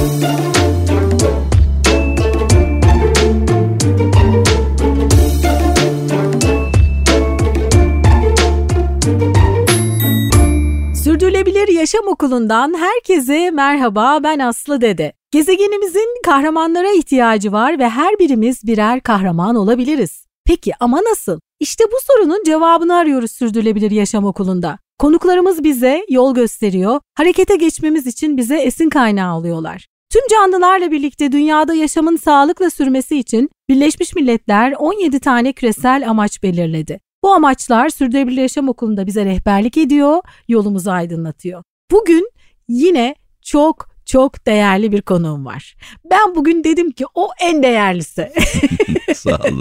Sürdürülebilir Yaşam Okulu'ndan herkese merhaba, ben Aslı Dede. Gezegenimizin kahramanlara ihtiyacı var ve her birimiz birer kahraman olabiliriz. Peki ama nasıl? İşte bu sorunun cevabını arıyoruz Sürdürülebilir Yaşam Okulu'nda. Konuklarımız bize yol gösteriyor, harekete geçmemiz için bize esin kaynağı oluyorlar. Tüm canlılarla birlikte dünyada yaşamın sağlıkla sürmesi için Birleşmiş Milletler 17 tane küresel amaç belirledi. Bu amaçlar Sürdürülebilir Yaşam Okulu'nda bize rehberlik ediyor, yolumuzu aydınlatıyor. Bugün yine çok değerli bir konuğum var. Ben bugün dedim ki o en değerlisi. Sağ olun.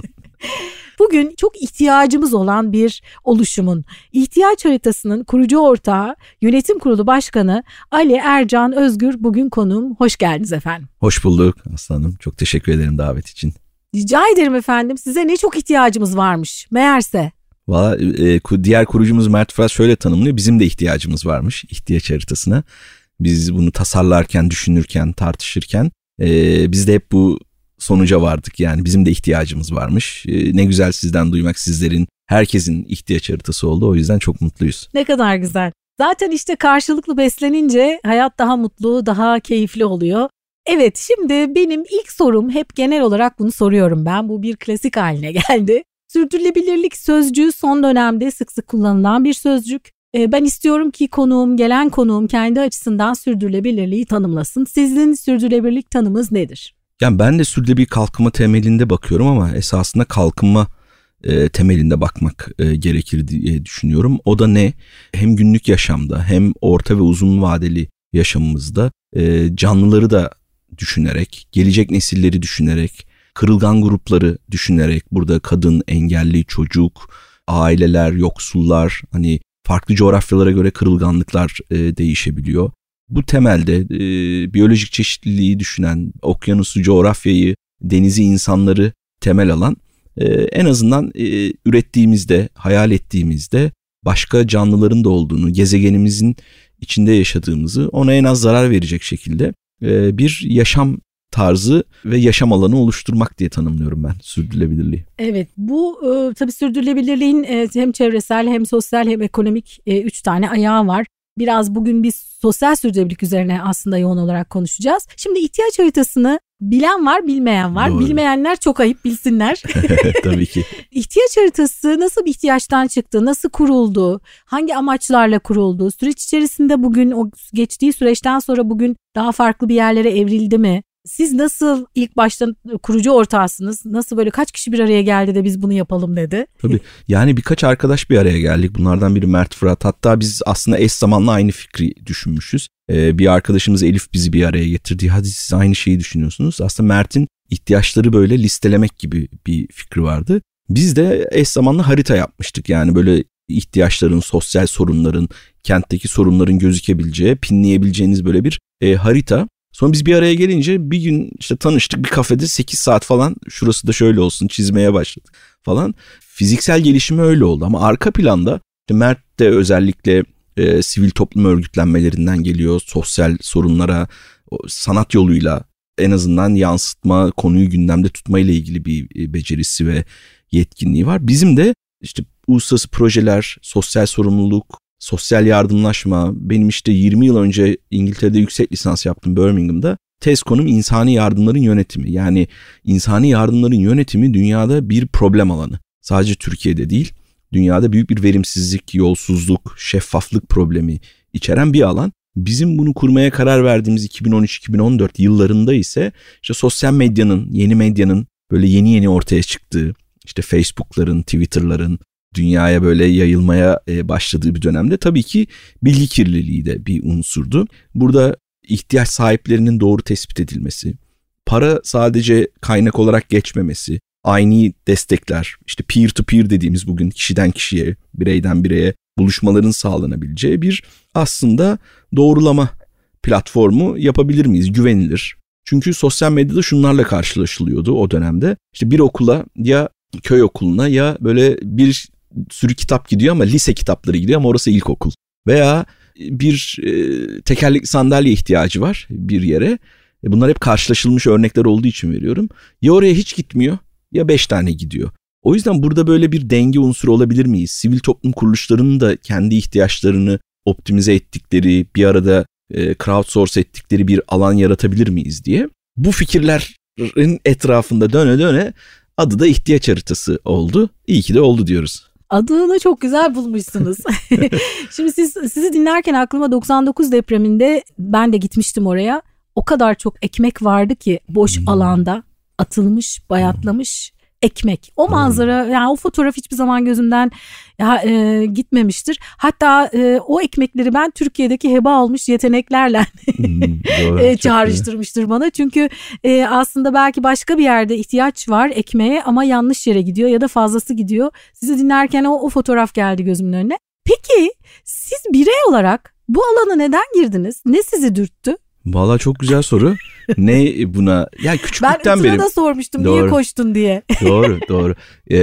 Bugün çok ihtiyacımız olan bir oluşumun ihtiyaç haritasının kurucu ortağı, Yönetim Kurulu Başkanı Ali Ercan Özgür bugün konuğum. Hoş geldiniz efendim. Hoş bulduk aslanım. Çok teşekkür ederim davet için. Rica ederim efendim. Size ne çok ihtiyacımız varmış meğerse. Valla diğer kurucumuz Mert Fırat şöyle tanımlıyor. Bizim de ihtiyacımız varmış ihtiyaç haritasına. Biz bunu tasarlarken, düşünürken, tartışırken biz de hep bu sonuca vardık. Yani bizim de ihtiyacımız varmış. Ne güzel sizden duymak, sizlerin, herkesin ihtiyaç haritası oldu. O yüzden çok mutluyuz. Ne kadar güzel. Zaten işte karşılıklı beslenince hayat daha mutlu, daha keyifli oluyor. Evet, şimdi benim ilk sorum, hep genel olarak bunu soruyorum ben. Bu bir klasik haline geldi. Sürdürülebilirlik sözcüğü son dönemde sık sık kullanılan bir sözcük. Ben istiyorum ki gelen konuğum kendi açısından sürdürülebilirliği tanımlasın. Sizin sürdürülebilirlik tanımınız nedir? Yani ben de sürdürülebilir kalkınma temelinde bakıyorum ama esasında kalkınma temelinde bakmak gerekir diye düşünüyorum. O da ne? Hem günlük yaşamda hem orta ve uzun vadeli yaşamımızda canlıları da düşünerek, gelecek nesilleri düşünerek, kırılgan grupları düşünerek, burada kadın, engelli, çocuk, aileler, yoksullar, hani farklı coğrafyalara göre kırılganlıklar değişebiliyor. Bu temelde biyolojik çeşitliliği düşünen, okyanusu, coğrafyayı, denizi, insanları temel alan, en azından ürettiğimizde, hayal ettiğimizde başka canlıların da olduğunu, gezegenimizin içinde yaşadığımızı, ona en az zarar verecek şekilde bir yaşam tarzı ve yaşam alanı oluşturmak diye tanımlıyorum ben sürdürülebilirliği. Evet, bu tabii sürdürülebilirliğin hem çevresel hem sosyal hem ekonomik 3 tane ayağı var. Biraz bugün biz sosyal sürdürülebilirlik üzerine aslında yoğun olarak konuşacağız. Şimdi ihtiyaç haritasını bilen var, bilmeyen var. Doğru. Bilmeyenler çok ayıp bilsinler. Tabii ki. İhtiyaç haritası nasıl bir ihtiyaçtan çıktı, nasıl kuruldu, hangi amaçlarla kuruldu? Süreç içerisinde bugün, o geçtiği süreçten sonra bugün daha farklı bir yerlere evrildi mi? Siz nasıl ilk baştan kurucu ortağısınız? Nasıl böyle kaç kişi bir araya geldi de biz bunu yapalım dedi? Tabii yani birkaç arkadaş bir araya geldik. Bunlardan biri Mert Fırat. Hatta biz aslında eş zamanlı aynı fikri düşünmüşüz. Bir arkadaşımız Elif bizi bir araya getirdi. Hadi siz aynı şeyi düşünüyorsunuz. Aslında Mert'in ihtiyaçları böyle listelemek gibi bir fikri vardı. Biz de eş zamanlı harita yapmıştık. Yani böyle ihtiyaçların, sosyal sorunların, kentteki sorunların gözükebileceği, pinleyebileceğiniz böyle bir harita. Sonra biz bir araya gelince bir gün işte tanıştık bir kafede 8 saat falan, şurası da şöyle olsun çizmeye başladık falan. Fiziksel gelişimi öyle oldu ama arka planda işte Mert de özellikle sivil toplum örgütlenmelerinden geliyor. Sosyal sorunlara sanat yoluyla en azından yansıtma, konuyu gündemde tutma ile ilgili bir becerisi ve yetkinliği var. Bizim de işte uluslararası projeler, sosyal sorumluluk, sosyal yardımlaşma, benim işte 20 yıl önce İngiltere'de yüksek lisans yaptım Birmingham'da. Tez konum insani yardımların yönetimi. Yani insani yardımların yönetimi dünyada bir problem alanı. Sadece Türkiye'de değil, dünyada büyük bir verimsizlik, yolsuzluk, şeffaflık problemi içeren bir alan. Bizim bunu kurmaya karar verdiğimiz 2013-2014 yıllarında ise işte sosyal medyanın, yeni medyanın böyle yeni ortaya çıktığı, işte Facebook'ların, Twitter'ların dünyaya böyle yayılmaya başladığı bir dönemde tabii ki bilgi kirliliği de bir unsurdu. Burada ihtiyaç sahiplerinin doğru tespit edilmesi, para sadece kaynak olarak geçmemesi, aynı destekler, işte peer to peer dediğimiz bugün kişiden kişiye, bireyden bireye buluşmaların sağlanabileceği bir aslında doğrulama platformu yapabilir miyiz? Güvenilir. Çünkü sosyal medyada şunlarla karşılaşılıyordu o dönemde. İşte bir okula, ya köy okuluna, ya böyle bir sürü kitap gidiyor ama lise kitapları gidiyor ama orası ilkokul. Veya bir tekerlekli sandalye ihtiyacı var bir yere. Bunlar hep karşılaşılmış örnekler olduğu için veriyorum. Ya oraya hiç gitmiyor ya 5 tane gidiyor. O yüzden burada böyle bir denge unsuru olabilir miyiz? Sivil toplum kuruluşlarının da kendi ihtiyaçlarını optimize ettikleri, bir arada crowdsource ettikleri bir alan yaratabilir miyiz diye. Bu fikirlerin etrafında döne döne adı da ihtiyaç haritası oldu. İyi ki de oldu diyoruz. Adını çok güzel bulmuşsunuz. Şimdi sizi dinlerken aklıma 99 depreminde ben de gitmiştim oraya. O kadar çok ekmek vardı ki boş alanda atılmış, bayatlamış ekmek. O manzara, yani o fotoğraf hiçbir zaman gözümden gitmemiştir. Hatta o ekmekleri ben Türkiye'deki heba olmuş yeteneklerle çağrıştırmıştır bana. Çünkü aslında belki başka bir yerde ihtiyaç var ekmeğe ama yanlış yere gidiyor ya da fazlası gidiyor. Sizi dinlerken o fotoğraf geldi gözümün önüne. Peki siz birey olarak bu alana neden girdiniz? Ne sizi dürttü? Vallahi çok güzel soru. Ne buna? Ya küçüklükten beri. Ben da sormuştum doğru. Niye koştun diye. Doğru.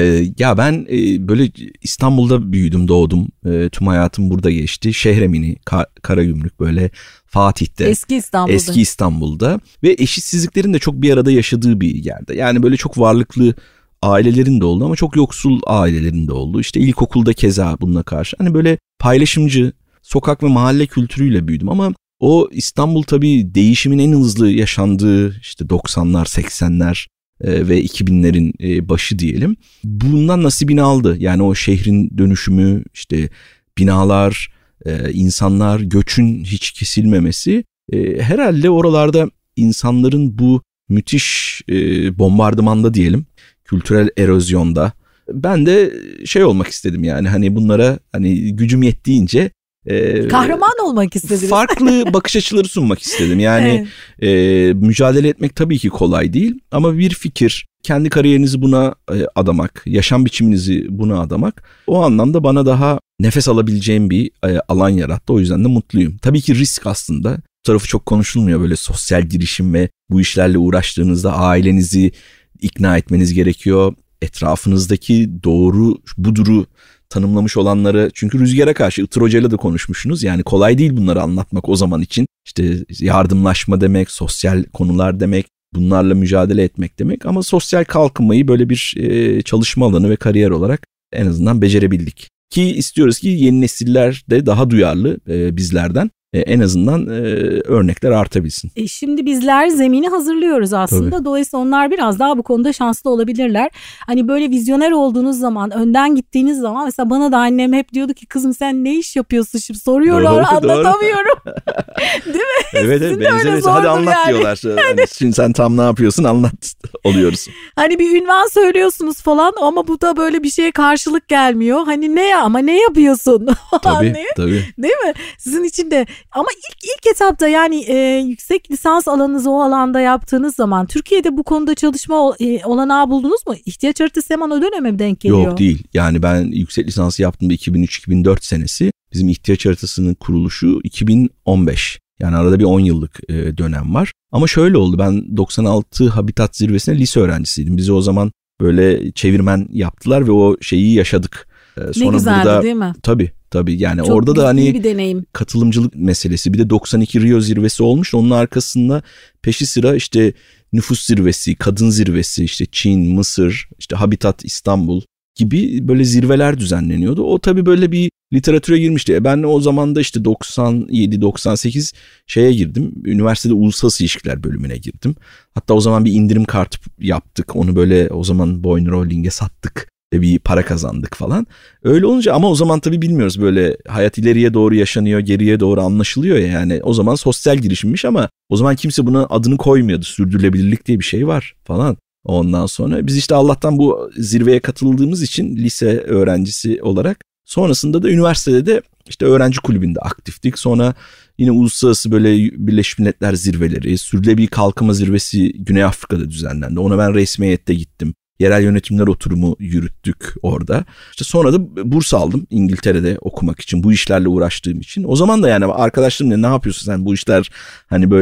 Ya ben böyle İstanbul'da büyüdüm, doğdum. Tüm hayatım burada geçti. Şehremini, Karagümrük böyle Fatih'te. Eski İstanbul'da. Ve eşitsizliklerin de çok bir arada yaşadığı bir yerde. Yani böyle çok varlıklı ailelerin de oldu ama çok yoksul ailelerin de oldu. İşte ilkokulda keza bununla karşı. Hani böyle paylaşımcı sokak ve mahalle kültürüyle büyüdüm ama o İstanbul tabii değişimin en hızlı yaşandığı işte 90'lar, 80'ler ve 2000'lerin başı diyelim. Bundan nasibini aldı. Yani o şehrin dönüşümü, işte binalar, insanlar, göçün hiç kesilmemesi. Herhalde oralarda insanların bu müthiş bombardımanda diyelim, kültürel erozyonda ben de şey olmak istedim yani hani bunlara hani gücüm yettiğince kahraman olmak istedim. Farklı bakış açıları sunmak istedim. Yani mücadele etmek tabii ki kolay değil ama bir fikir, kendi kariyerinizi buna adamak, yaşam biçiminizi buna adamak o anlamda bana daha nefes alabileceğim bir alan yarattı. O yüzden de mutluyum. Tabii ki risk aslında. Bu tarafı çok konuşulmuyor, böyle sosyal girişim ve bu işlerle uğraştığınızda ailenizi ikna etmeniz gerekiyor. Etrafınızdaki doğru buduru tanımlamış olanları, çünkü rüzgara karşı Itır Hoca'yla da konuşmuşsunuz. Yani kolay değil bunları anlatmak o zaman için. İşte yardımlaşma demek, sosyal konular demek, bunlarla mücadele etmek demek. Ama sosyal kalkınmayı böyle bir çalışma alanı ve kariyer olarak en azından becerebildik. Ki istiyoruz ki yeni nesiller de daha duyarlı bizlerden. En azından örnekler artabilsin. Şimdi bizler zemini hazırlıyoruz aslında. Tabii. Dolayısıyla onlar biraz daha bu konuda şanslı olabilirler. Hani böyle vizyoner olduğunuz zaman, önden gittiğiniz zaman, mesela bana da annem hep diyordu ki kızım sen ne iş yapıyorsun şimdi, soruyorlar anlatamıyorum. Değil mi? Evet benzemesi, hadi anlat yani. Diyorlar. Hani şimdi sen tam ne yapıyorsun anlat oluyoruz. Hani bir ünvan söylüyorsunuz falan ama bu da böyle bir şeye karşılık gelmiyor. Hani ne yapıyorsun? Tabii. Değil mi? Sizin için de. Ama ilk etapta yani yüksek lisans alanınızı o alanda yaptığınız zaman Türkiye'de bu konuda çalışma olanağı buldunuz mu? İhtiyaç haritası hemen o döneme mi denk geliyor? Yok değil. Yani ben yüksek lisansı yaptığımda 2003-2004 senesi, bizim ihtiyaç haritasının kuruluşu 2015. Yani arada bir 10 yıllık dönem var. Ama şöyle oldu, ben 96 Habitat Zirvesi'ne lise öğrencisiydim. Bizi o zaman böyle çevirmen yaptılar ve o şeyi yaşadık. Sonra ne güzeldi burada, değil mi? Tabii yani çok orada da hani bir deneyim. Katılımcılık meselesi, bir de 92 Rio zirvesi olmuş. Onun arkasında peşi sıra işte nüfus zirvesi, kadın zirvesi, işte Çin, Mısır, işte Habitat İstanbul gibi böyle zirveler düzenleniyordu. O tabii böyle bir literatüre girmişti. Ben o zaman da işte 97-98 şeye girdim. Üniversitede uluslararası ilişkiler bölümüne girdim. Hatta o zaman bir indirim kartı yaptık. Onu böyle o zaman Boyner Holding'e sattık. Bir para kazandık falan. Öyle olunca ama o zaman tabii bilmiyoruz, böyle hayat ileriye doğru yaşanıyor, geriye doğru anlaşılıyor ya, yani o zaman sosyal girişimmiş ama o zaman kimse buna adını koymuyordu. Sürdürülebilirlik diye bir şey var falan. Ondan sonra biz işte Allah'tan bu zirveye katıldığımız için lise öğrencisi olarak, sonrasında da üniversitede de işte öğrenci kulübünde aktiftik. Sonra yine uluslararası böyle Birleşmiş Milletler zirveleri, sürdürülebilir kalkınma zirvesi Güney Afrika'da düzenlendi. Ona ben resmi heyette gittim. Yerel yönetimler oturumu yürüttük orada. İşte sonra da burs aldım İngiltere'de okumak için, bu işlerle uğraştığım için. O zaman da yani arkadaşlarımla ne yapıyorsun sen, bu işler hani böyle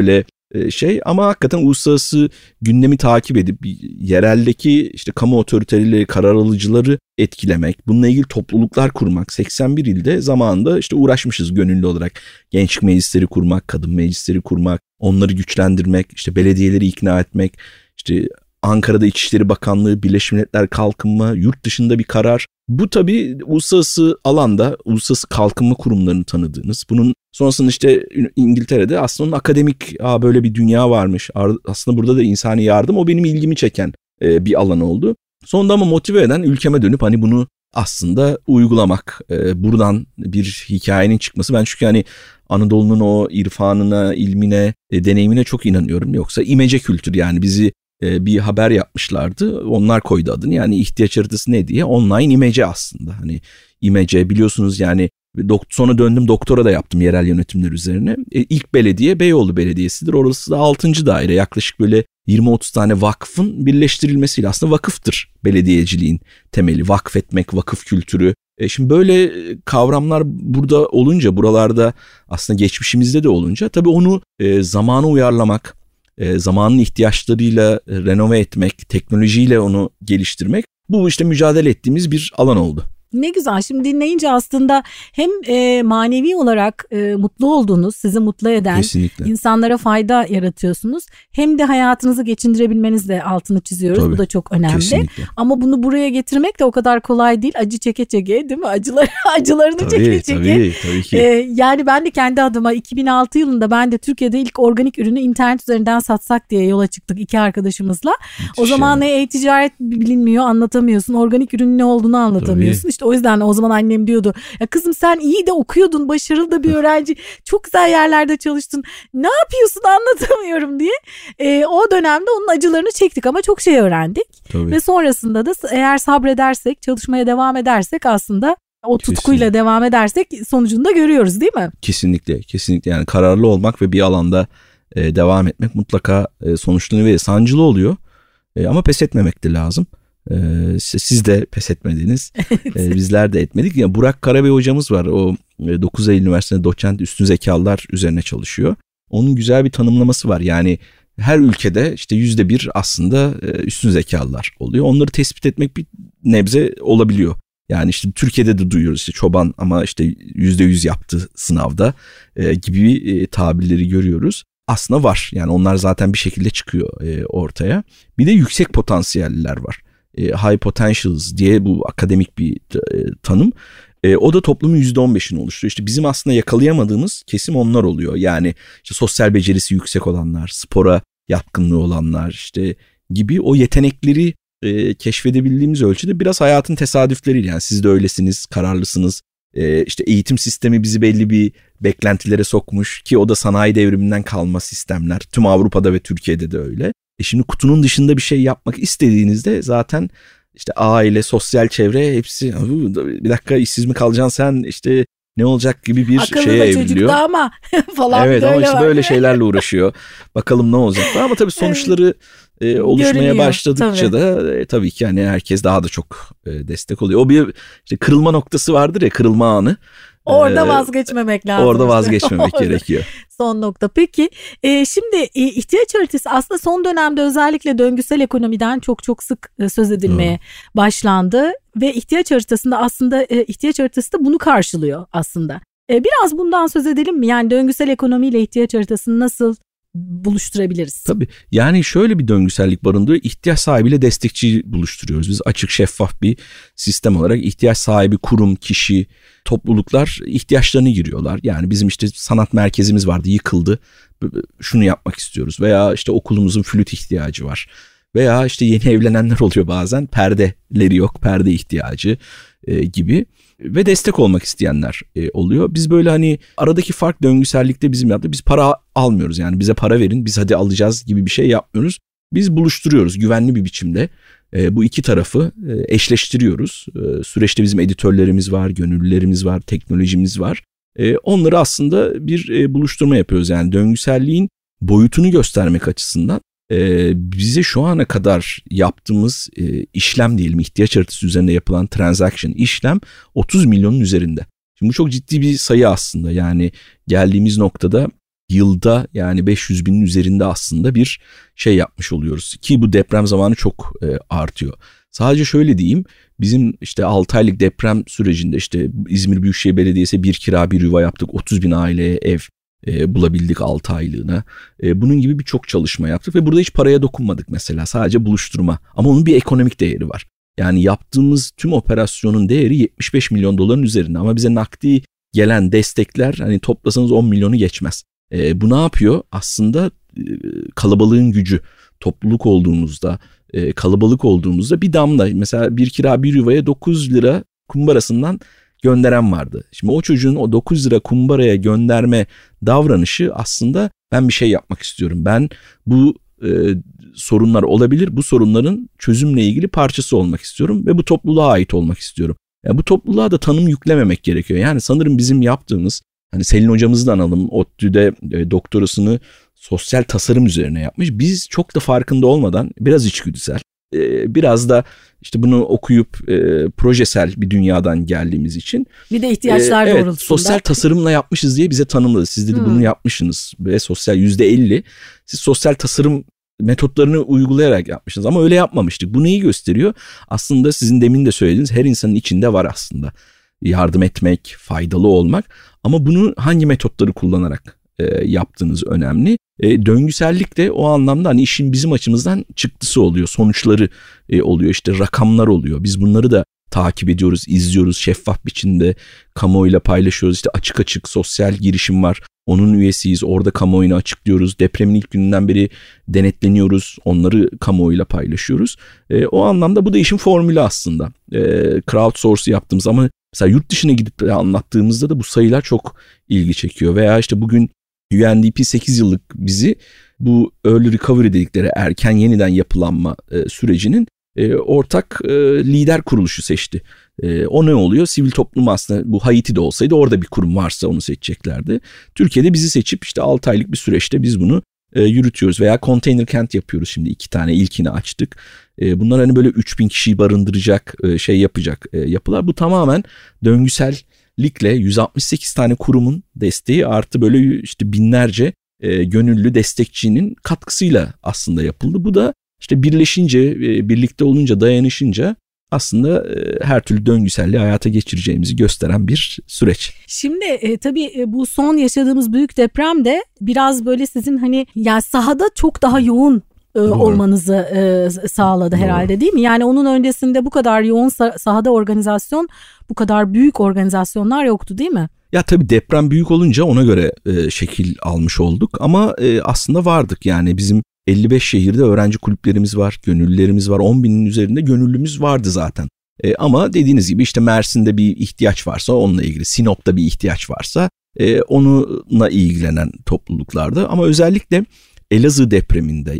ama hakikaten uluslararası gündemi takip edip yereldeki işte kamu otoriteleri, karar alıcıları etkilemek, bununla ilgili topluluklar kurmak. 81 ilde zamanında işte uğraşmışız gönüllü olarak. Gençlik meclisleri kurmak, kadın meclisleri kurmak, onları güçlendirmek, işte belediyeleri ikna etmek, işte Ankara'da İçişleri Bakanlığı, Birleşmiş Milletler Kalkınma, yurt dışında bir karar. Bu tabii uluslararası alanda uluslararası kalkınma kurumlarını tanıdığınız. Bunun sonrasında işte İngiltere'de aslında onun akademik böyle bir dünya varmış. Aslında burada da insani yardım, o benim ilgimi çeken bir alan oldu. Sonunda ama motive eden ülkeme dönüp hani bunu aslında uygulamak. Buradan bir hikayenin çıkması. Ben çünkü hani Anadolu'nun o irfanına, ilmine, deneyimine çok inanıyorum. Yoksa imece kültür, yani bizi bir haber yapmışlardı. Onlar koydu adını. Yani ihtiyaç haritası ne diye? Online imece aslında. Hani imece biliyorsunuz yani, sonra döndüm doktora da yaptım yerel yönetimler üzerine. İlk belediye Beyoğlu Belediyesi'dir. Orası da 6. daire. Yaklaşık böyle 20-30 tane vakfın birleştirilmesiyle, aslında vakıftır belediyeciliğin temeli. Vakfetmek, vakıf kültürü. Şimdi böyle kavramlar burada olunca, buralarda aslında geçmişimizde de olunca tabii onu zamana uyarlamak, zamanın ihtiyaçlarıyla renove etmek, teknolojiyle onu geliştirmek, bu işte mücadele ettiğimiz bir alan oldu. Ne güzel. Şimdi dinleyince aslında hem manevi olarak mutlu olduğunuz, sizi mutlu eden, kesinlikle, insanlara fayda yaratıyorsunuz. Hem de hayatınızı geçindirebilmenizle altını çiziyoruz. Tabii, bu da çok önemli. Kesinlikle. Ama bunu buraya getirmek de o kadar kolay değil. Acı çeke çeke, değil mi? Acılarını tabii, çeke çeke. Tabii ki. Yani ben de kendi adıma 2006 yılında ben de Türkiye'de ilk organik ürünü internet üzerinden satsak diye yola çıktık 2 arkadaşımızla. Müthiş. O zaman e-ticaret bilinmiyor, anlatamıyorsun. Organik ürünün ne olduğunu anlatamıyorsun. Tabii. İşte o yüzden o zaman annem diyordu, ya kızım sen iyi de okuyordun, başarılı da bir öğrenci, çok güzel yerlerde çalıştın, ne yapıyorsun anlatamıyorum diye. O dönemde onun acılarını çektik ama çok şey öğrendik. Tabii. Ve sonrasında da eğer sabredersek, çalışmaya devam edersek, aslında o tutkuyla devam edersek sonucunu da görüyoruz, değil mi? Kesinlikle, kesinlikle. Yani kararlı olmak ve bir alanda devam etmek mutlaka sonuçlarını verir. Sancılı oluyor ama pes etmemek de lazım. Siz de pes etmediniz. Bizler de etmedik. Yani Burak Karabey hocamız var. O 9 Eylül Üniversitesi'nde doçent, üstün zekalılar üzerine çalışıyor. Onun güzel bir tanımlaması var. Yani her ülkede işte %1 aslında üstün zekalılar oluyor. Onları tespit etmek bir nebze olabiliyor. Yani işte Türkiye'de de duyuyoruz, işte çoban ama işte %100 yaptı sınavda gibi tabirleri görüyoruz. Aslında var. Yani onlar zaten bir şekilde çıkıyor ortaya. Bir de yüksek potansiyelliler var. High potentials diye bu akademik bir tanım. O da toplumun %15'ini oluşturuyor. İşte bizim aslında yakalayamadığımız kesim onlar oluyor. Yani işte sosyal becerisi yüksek olanlar, spora yatkınlığı olanlar işte gibi o yetenekleri keşfedebildiğimiz ölçüde biraz hayatın tesadüfleriyle. Yani siz de öylesiniz, kararlısınız. İşte eğitim sistemi bizi belli bir beklentilere sokmuş ki o da sanayi devriminden kalma sistemler. Tüm Avrupa'da ve Türkiye'de de öyle. Şimdi kutunun dışında bir şey yapmak istediğinizde zaten işte aile, sosyal çevre hepsi bir dakika işsiz mi kalacaksın sen, işte ne olacak gibi bir akıllı şeye evriliyor. Akıllı da ama falan. Evet ama işte böyle şeylerle uğraşıyor. Bakalım ne olacak. Ama tabii sonuçları oluşmaya görünüyor, başladıkça da tabii ki yani herkes daha da çok destek oluyor. O bir işte kırılma noktası vardır ya, kırılma anı. Orada vazgeçmemek lazım. Orada vazgeçmemek gerekiyor. Son nokta. Peki şimdi ihtiyaç haritası aslında son dönemde özellikle döngüsel ekonomiden çok sık söz edilmeye başlandı. Ve ihtiyaç haritasında aslında ihtiyaç haritası da bunu karşılıyor aslında. Biraz bundan söz edelim mi? Yani döngüsel ekonomiyle ihtiyaç haritasını nasıl buluşturabiliriz? Tabii yani şöyle bir döngüsellik barındırıyor. İhtiyaç sahibiyle destekçiyi buluşturuyoruz. Biz açık, şeffaf bir sistem olarak ihtiyaç sahibi kurum, kişi, topluluklar ihtiyaçlarını giriyorlar. Yani bizim işte sanat merkezimiz vardı, yıkıldı. Şunu yapmak istiyoruz. Veya işte okulumuzun flüt ihtiyacı var. Veya işte yeni evlenenler oluyor bazen. Perdeleri yok, perde ihtiyacı gibi. Ve destek olmak isteyenler oluyor. Biz böyle hani aradaki fark döngüsellikte bizim yaptığımız, biz para almıyoruz. Yani bize para verin, biz hadi alacağız gibi bir şey yapmıyoruz. Biz buluşturuyoruz güvenli bir biçimde. Bu iki tarafı eşleştiriyoruz. Süreçte bizim editörlerimiz var, gönüllülerimiz var, teknolojimiz var. Onları aslında bir buluşturma yapıyoruz. Yani döngüselliğin boyutunu göstermek açısından bize şu ana kadar yaptığımız işlem diyelim, ihtiyaç haritası üzerinde yapılan transaction, işlem 30 milyonun üzerinde. Şimdi bu çok ciddi bir sayı aslında. Yani geldiğimiz noktada yılda yani 500 binin üzerinde aslında bir şey yapmış oluyoruz. Ki bu deprem zamanı çok artıyor. Sadece şöyle diyeyim, bizim işte 6 aylık deprem sürecinde işte İzmir Büyükşehir Belediyesi bir kira bir yuva yaptık. 30 bin aileye ev bulabildik 6 aylığına. Bunun gibi birçok çalışma yaptık ve burada hiç paraya dokunmadık mesela, sadece buluşturma. Ama onun bir ekonomik değeri var. Yani yaptığımız tüm operasyonun değeri 75 milyon doların üzerinde ama bize nakdi gelen destekler hani toplasanız 10 milyonu geçmez. Bu ne yapıyor? Aslında kalabalığın gücü, topluluk olduğumuzda, kalabalık olduğumuzda bir damla, mesela bir kira bir yuvaya 9 lira kumbarasından gönderen vardı. Şimdi o çocuğun o 9 lira kumbaraya gönderme davranışı aslında ben bir şey yapmak istiyorum. Ben bu sorunlar olabilir, bu sorunların çözümle ilgili parçası olmak istiyorum ve bu topluluğa ait olmak istiyorum. Yani bu topluluğa da tanım yüklememek gerekiyor. Yani sanırım bizim yaptığımız, hani Selin hocamızdan alalım, ODTÜ'de doktorasını sosyal tasarım üzerine yapmış. Biz çok da farkında olmadan biraz içgüdüsel, biraz da işte bunu okuyup projesel bir dünyadan geldiğimiz için. Bir de ihtiyaçlar evet, doğrultusunda. Sosyal tasarımla yapmışız diye bize tanımladı. Siz dedi bunu yapmışsınız ve sosyal %50. Siz sosyal tasarım metotlarını uygulayarak yapmışsınız ama öyle yapmamıştık. Bu neyi gösteriyor? Aslında sizin demin de söylediğiniz her insanın içinde var aslında. Yardım etmek, faydalı olmak ama bunu hangi metotları kullanarak yaptığınız önemli. Döngüsellik de o anlamda hani işin bizim açımızdan çıktısı oluyor, sonuçları oluyor, işte rakamlar oluyor. Biz bunları da takip ediyoruz, izliyoruz, şeffaf biçimde kamuoyuyla paylaşıyoruz. İşte açık açık sosyal girişim var, onun üyesiyiz, orada kamuoyuna açıklıyoruz. Depremin ilk gününden beri denetleniyoruz, onları kamuoyuyla paylaşıyoruz. O anlamda bu da işin formülü aslında. Crowdsource yaptığımız ama mesela yurt dışına gidip anlattığımızda da bu sayılar çok ilgi çekiyor. Veya işte bugün UNDP 8 yıllık bizi bu early recovery dedikleri erken yeniden yapılanma sürecinin ortak lider kuruluşu seçti. O ne oluyor? Sivil toplum, aslında bu Haiti'de olsaydı orada bir kurum varsa onu seçeceklerdi. Türkiye'de bizi seçip işte 6 aylık bir süreçte biz bunu yürütüyoruz. Veya konteyner kent yapıyoruz şimdi, 2 tane, ilkini açtık. Bunlar hani böyle 3000 kişiyi barındıracak şey yapacak yapılar. Bu tamamen döngüsellikle 168 tane kurumun desteği artı böyle işte binlerce gönüllü destekçinin katkısıyla aslında yapıldı. Bu da işte birleşince, birlikte olunca, dayanışınca aslında her türlü döngüselliği hayata geçireceğimizi gösteren bir süreç. Şimdi tabii bu son yaşadığımız büyük deprem de biraz böyle sizin hani yani sahada çok daha yoğun olmanızı sağladı herhalde, değil mi? Yani onun öncesinde bu kadar yoğun sahada organizasyon, bu kadar büyük organizasyonlar yoktu, değil mi? Ya tabii deprem büyük olunca ona göre şekil almış olduk ama aslında vardık. Yani bizim 55 şehirde öğrenci kulüplerimiz var, gönüllülerimiz var, 10 binin üzerinde gönüllümüz vardı zaten. Ama dediğiniz gibi işte Mersin'de bir ihtiyaç varsa onunla ilgili, Sinop'ta bir ihtiyaç varsa onunla ilgilenen topluluklardı. Ama özellikle Elazığ depreminde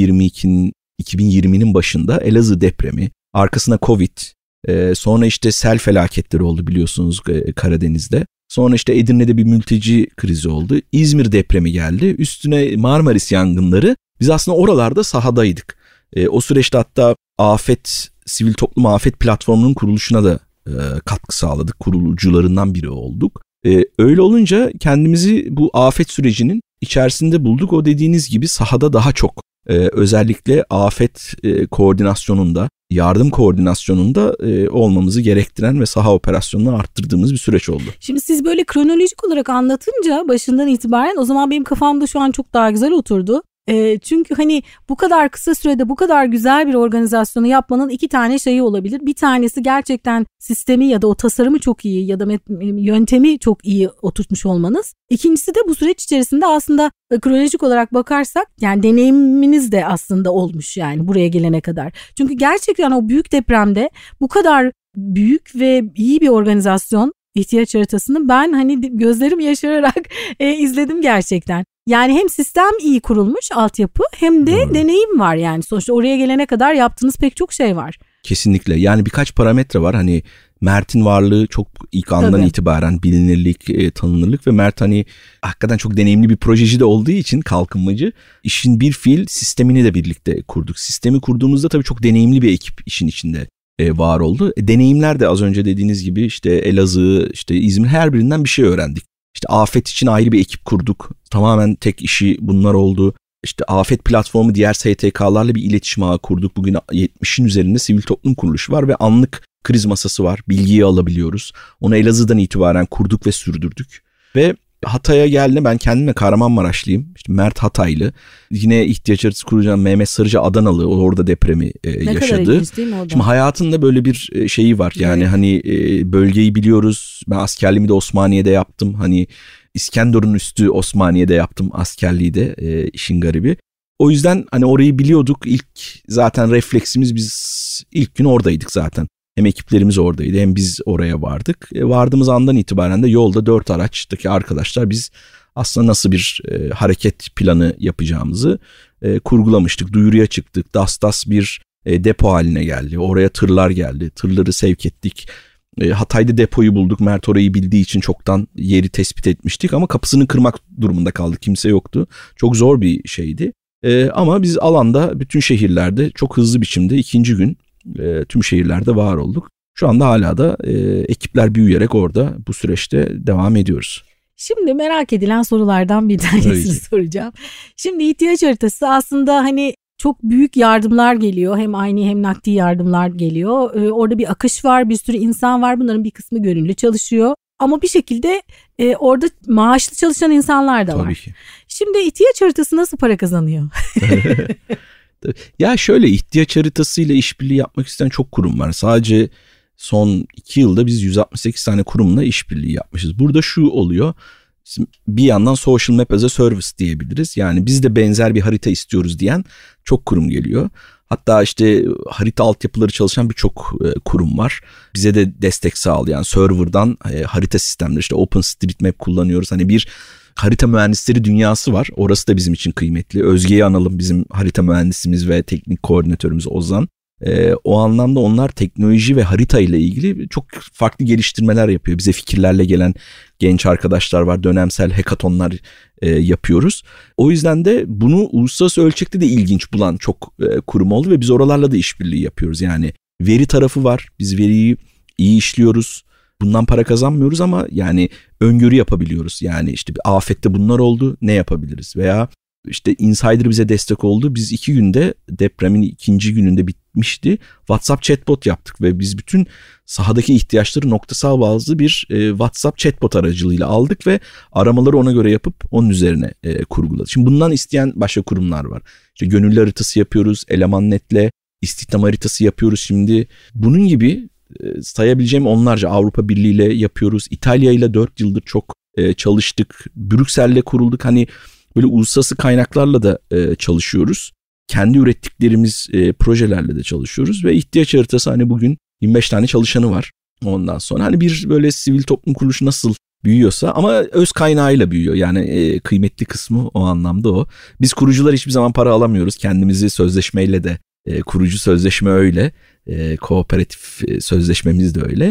2020'nin başında Elazığ depremi, arkasına Covid, sonra işte sel felaketleri oldu biliyorsunuz Karadeniz'de. Sonra işte Edirne'de bir mülteci krizi oldu. İzmir depremi geldi. Üstüne Marmaris yangınları. Biz aslında oralarda sahadaydık. O süreçte hatta Sivil Toplum Afet Platformu'nun kuruluşuna da katkı sağladık. Kurucularından biri olduk. Öyle olunca kendimizi bu afet sürecinin içerisinde bulduk. O dediğiniz gibi sahada daha çok özellikle afet koordinasyonunda, yardım koordinasyonunda olmamızı gerektiren ve saha operasyonunu arttırdığımız bir süreç oldu. Şimdi siz böyle kronolojik olarak anlatınca başından itibaren o zaman benim kafamda şu an çok daha güzel oturdu. Çünkü hani bu kadar kısa sürede bu kadar güzel bir organizasyonu yapmanın 2 tane şeyi olabilir. Bir tanesi gerçekten sistemi ya da o tasarımı çok iyi ya da yöntemi çok iyi oturtmuş olmanız. İkincisi de bu süreç içerisinde aslında kronolojik olarak bakarsak yani deneyiminiz de aslında olmuş yani buraya gelene kadar. Çünkü gerçekten o büyük depremde bu kadar büyük ve iyi bir organizasyon ihtiyaç haritasını ben hani gözlerim yaşararak izledim gerçekten. Yani hem sistem iyi kurulmuş, altyapı, hem de deneyim var yani. Sonuçta oraya gelene kadar yaptığınız pek çok şey var. Kesinlikle. Yani birkaç parametre var. Hani Mert'in varlığı çok ilk andan itibaren bilinirlik, tanınırlık ve Mert hani hakikaten çok deneyimli bir projeci de olduğu için, kalkınmacı, işin bir fiil sistemini de birlikte kurduk. Sistemi kurduğumuzda tabii çok deneyimli bir ekip işin içinde var oldu. Deneyimler de az önce dediğiniz gibi işte Elazığ, işte İzmir, her birinden bir şey öğrendik. İşte afet için ayrı bir ekip kurduk. Tamamen tek işi bunlar oldu. İşte afet platformu diğer STK'larla bir iletişim ağı kurduk. Bugün 70'in üzerinde sivil toplum kuruluşu var ve anlık kriz masası var. Bilgiyi alabiliyoruz. Onu Elazığ'dan itibaren kurduk ve sürdürdük. Ve Hatay'a geldiğinde ben kendime Kahramanmaraşlıyım. İşte Mert Hataylı. Yine ihtiyaç haritası kuracağım Mehmet Sarıca Adanalı. Orada depremi yaşadı. Ne kadar ilginç değil mi o da? Şimdi hayatında böyle bir şeyi var. Yani evet. Hani bölgeyi biliyoruz. Ben askerliğimi de Osmaniye'de yaptım. Hani İskenderun üstü Osmaniye'de yaptım askerliği de, işin garibi. O yüzden hani orayı biliyorduk. İlk zaten refleksimiz, biz ilk gün oradaydık zaten. Hem ekiplerimiz oradaydı hem biz oraya vardık. Vardığımız andan itibaren de yolda 4 araçtaki arkadaşlar biz aslında nasıl bir hareket planı yapacağımızı kurgulamıştık. Duyuruya çıktık. DASDAS bir depo haline geldi. Oraya tırlar geldi. Tırları sevk ettik. Hatay'da depoyu bulduk. Mert orayı bildiği için çoktan yeri tespit etmiştik ama kapısını kırmak durumunda kaldık. Kimse yoktu. Çok zor bir şeydi. Ama biz alanda bütün şehirlerde çok hızlı biçimde ikinci gün tüm şehirlerde var olduk. Şu anda hala da ekipler büyüyerek orada bu süreçte devam ediyoruz. Şimdi merak edilen sorulardan bir tanesini soracağım. Şimdi ihtiyaç haritası aslında hani çok büyük yardımlar geliyor. Hem aynı hem nakdi yardımlar geliyor. Orada bir akış var, bir sürü insan var. Bunların bir kısmı gönüllü çalışıyor. Ama bir şekilde orada maaşlı çalışan insanlar da var. Tabii ki. Şimdi ihtiyaç haritası nasıl para kazanıyor? Ya şöyle, ihtiyaç haritasıyla işbirliği yapmak isteyen çok kurum var. Sadece son 2 yılda biz 168 tane kurumla işbirliği yapmışız. Burada şu oluyor. Bir yandan social map as a service diyebiliriz. Yani biz de benzer bir harita istiyoruz diyen çok kurum geliyor. Hatta işte harita altyapıları çalışan birçok kurum var. Bize de destek sağlayan serverdan harita sistemleri, işte OpenStreetMap kullanıyoruz. Hani bir harita mühendisleri dünyası var. Orası da bizim için kıymetli. Özge'yi analım, bizim harita mühendisimiz ve teknik koordinatörümüz Ozan. O anlamda onlar teknoloji ve harita ile ilgili çok farklı geliştirmeler yapıyor. Bize fikirlerle gelen genç arkadaşlar var. Dönemsel hackathonlar yapıyoruz. O yüzden de bunu uluslararası ölçekte de ilginç bulan çok kurum oldu ve biz oralarla da işbirliği yapıyoruz. Yani veri tarafı var. Biz veriyi iyi işliyoruz. Bundan para kazanmıyoruz ama yani öngörü yapabiliyoruz. Yani işte bir afette bunlar oldu, ne yapabiliriz? Veya işte Insider bize destek oldu. Biz 2 günde, depremin 2. gününde bitmişti, WhatsApp chatbot yaptık ve biz bütün sahadaki ihtiyaçları noktasal bazlı bir WhatsApp chatbot aracılığıyla aldık ve aramaları ona göre yapıp onun üzerine kurguladık. Şimdi bundan isteyen başka kurumlar var. İşte gönüllü haritası yapıyoruz, Eleman.net'le istihdam haritası yapıyoruz şimdi. Bunun gibi sayabileceğim onlarca, Avrupa Birliği ile yapıyoruz. İtalya ile 4 yıldır çok çalıştık. Brüksel'le kurulduk. Hani böyle uluslararası kaynaklarla da çalışıyoruz. Kendi ürettiklerimiz projelerle de çalışıyoruz ve ihtiyaç haritası hani bugün 25 tane çalışanı var. Ondan sonra hani bir böyle sivil toplum kuruluşu nasıl büyüyorsa ama öz kaynağıyla büyüyor. Yani kıymetli kısmı o anlamda o. Biz kurucular hiçbir zaman para alamıyoruz. Kendimizi sözleşmeyle de kurucu sözleşme öyle. Kooperatif sözleşmemiz de öyle.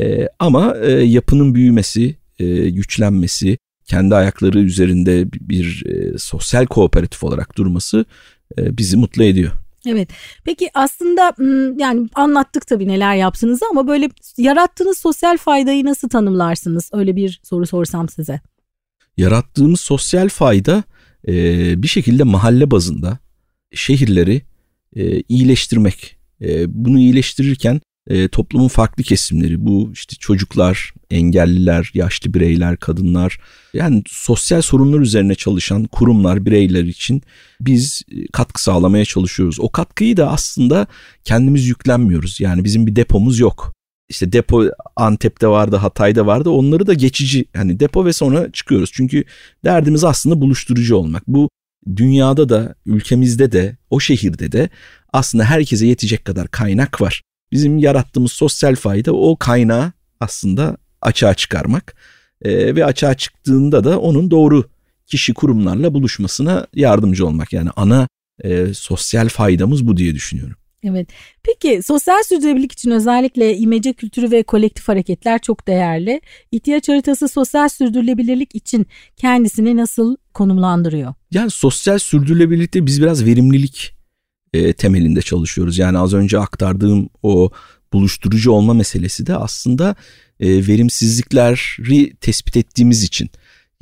Ama yapının büyümesi, güçlenmesi, kendi ayakları üzerinde bir sosyal kooperatif olarak durması bizi mutlu ediyor. Evet. Peki aslında yani anlattık tabii neler yaptığınızı ama böyle yarattığınız sosyal faydayı nasıl tanımlarsınız? Öyle bir soru sorsam size. Yarattığımız sosyal fayda bir şekilde mahalle bazında şehirleri iyileştirmek. Bunu iyileştirirken toplumun farklı kesimleri, bu işte çocuklar, engelliler, yaşlı bireyler, kadınlar, yani sosyal sorunlar üzerine çalışan kurumlar, bireyler için biz katkı sağlamaya çalışıyoruz. O katkıyı da aslında kendimiz yüklenmiyoruz. Yani bizim bir depomuz yok. İşte depo Antep'te vardı, Hatay'da vardı. Onları da geçici, hani depo ve sonra çıkıyoruz. Çünkü derdimiz aslında buluşturucu olmak. Bu dünyada da, ülkemizde de, o şehirde de aslında herkese yetecek kadar kaynak var. Bizim yarattığımız sosyal fayda o kaynağı aslında açığa çıkarmak ve açığa çıktığında da onun doğru kişi, kurumlarla buluşmasına yardımcı olmak. Yani ana sosyal faydamız bu diye düşünüyorum. Evet. Peki sosyal sürdürülebilirlik için özellikle imece kültürü ve kolektif hareketler çok değerli. İhtiyaç haritası sosyal sürdürülebilirlik için kendisini nasıl konumlandırıyor? Yani sosyal sürdürülebilirlikte biz biraz verimlilik temelinde çalışıyoruz. Yani az önce aktardığım o buluşturucu olma meselesi de aslında verimsizlikleri tespit ettiğimiz için.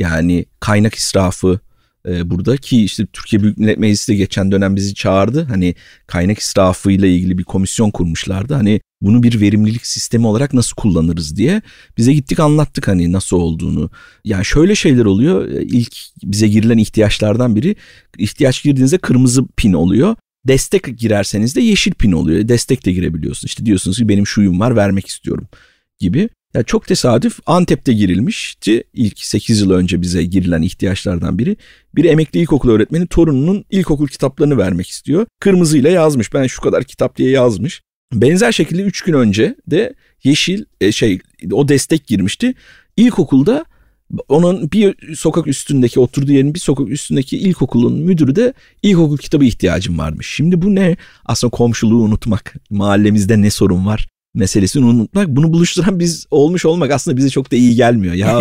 Yani kaynak israfı burada ki işte Türkiye Büyük Millet Meclisi de geçen dönem bizi çağırdı. Hani kaynak israfıyla ilgili bir komisyon kurmuşlardı. Hani bunu bir verimlilik sistemi olarak nasıl kullanırız diye bize gittik anlattık hani nasıl olduğunu. Yani şöyle şeyler oluyor. İlk bize girilen ihtiyaçlardan biri, ihtiyaç girdiğinizde kırmızı pin oluyor. Destek girerseniz de yeşil pin oluyor. Destek de girebiliyorsunuz. İşte diyorsunuz ki benim şuyum var, vermek istiyorum gibi. Yani çok tesadüf Antep'te girilmişti. İlk 8 yıl önce bize girilen ihtiyaçlardan biri. Bir emekli ilkokul öğretmeni torununun ilkokul kitaplarını vermek istiyor. Kırmızıyla yazmış. Ben şu kadar kitap diye yazmış. Benzer şekilde 3 gün önce de yeşil o destek girmişti. İlkokulda onun bir sokak üstündeki, oturduğu yerin bir sokak üstündeki ilkokulun müdürü de ilkokul kitabı ihtiyacım varmış. Şimdi bu ne? Aslında komşuluğu unutmak, mahallemizde ne sorun var meselesini unutmak. Bunu buluşturan biz olmuş olmak aslında bize çok da iyi gelmiyor. Ya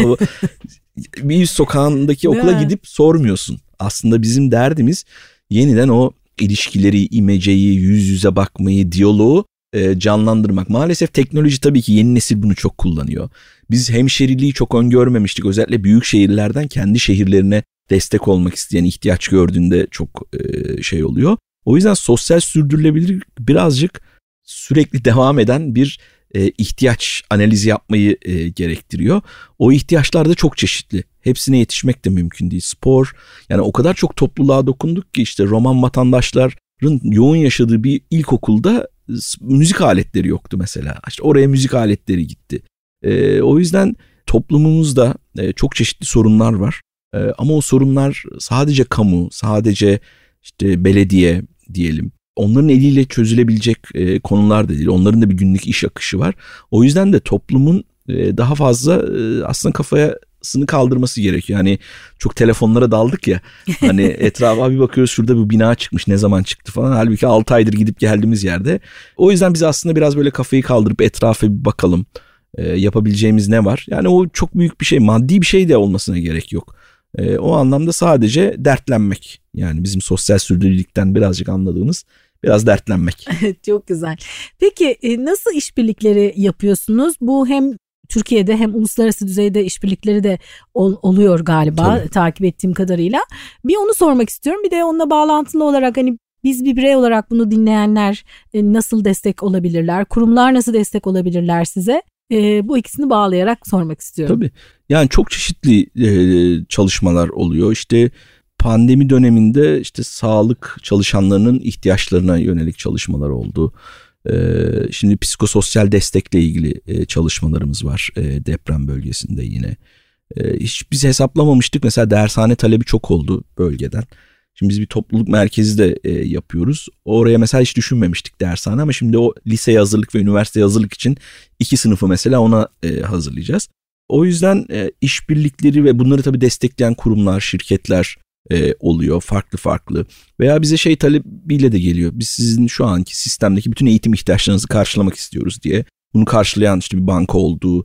bir üst sokağındaki okula gidip sormuyorsun. Aslında bizim derdimiz yeniden o ilişkileri, imeceyi, yüz yüze bakmayı, diyaloğu canlandırmak. Maalesef teknoloji tabii ki yeni nesil bunu çok kullanıyor. Biz hemşeriliği çok öngörmemiştik. Özellikle büyük şehirlerden kendi şehirlerine destek olmak isteyen, ihtiyaç gördüğünde çok şey oluyor. O yüzden sosyal sürdürülebilir birazcık sürekli devam eden bir ihtiyaç analizi yapmayı gerektiriyor. O ihtiyaçlar da çok çeşitli. Hepsine yetişmek de mümkün değil. Spor, yani o kadar çok topluluğa dokunduk ki işte Roman vatandaşların yoğun yaşadığı bir ilkokulda müzik aletleri yoktu mesela. İşte oraya müzik aletleri gitti. O yüzden toplumumuzda çok çeşitli sorunlar var. Ama o sorunlar sadece kamu, sadece işte belediye diyelim, onların eliyle çözülebilecek konular da değil. Onların da bir günlük iş akışı var. O yüzden de toplumun daha fazla aslında kafasını kaldırması gerekiyor. Yani çok telefonlara daldık ya. Hani etrafa bir bakıyoruz, şurada bir bina çıkmış, ne zaman çıktı falan. Halbuki 6 aydır gidip geldiğimiz yerde. O yüzden biz aslında biraz böyle kafayı kaldırıp etrafa bir bakalım. Yapabileceğimiz ne var? Yani o çok büyük bir şey, maddi bir şey de olmasına gerek yok. O anlamda sadece dertlenmek. Yani bizim sosyal sürdürülebilirlikten birazcık anladığımız biraz dertlenmek. Çok güzel. Peki nasıl işbirlikleri yapıyorsunuz? Bu hem Türkiye'de hem uluslararası düzeyde işbirlikleri de oluyor galiba. Tabii. Takip ettiğim kadarıyla. Bir onu sormak istiyorum. Bir de onunla bağlantılı olarak hani biz bir birey olarak bunu dinleyenler nasıl destek olabilirler? Kurumlar nasıl destek olabilirler size? Bu ikisini bağlayarak sormak istiyorum. Tabii. Yani çok çeşitli çalışmalar oluyor. İşte pandemi döneminde işte sağlık çalışanlarının ihtiyaçlarına yönelik çalışmalar oldu. Şimdi psikososyal destekle ilgili çalışmalarımız var deprem bölgesinde yine. Hiç biz hesaplamamıştık. Mesela dershane talebi çok oldu bölgeden. Şimdi biz bir topluluk merkezi de yapıyoruz. Oraya mesela hiç düşünmemiştik dershane, ama şimdi o liseye hazırlık ve üniversiteye hazırlık için 2 sınıfı mesela ona hazırlayacağız. O yüzden işbirlikleri ve bunları tabii destekleyen kurumlar, şirketler oluyor farklı veya bize talebiyle de geliyor. Biz sizin şu anki sistemdeki bütün eğitim ihtiyaçlarınızı karşılamak istiyoruz diye. Bunu karşılayan işte bir banka olduğu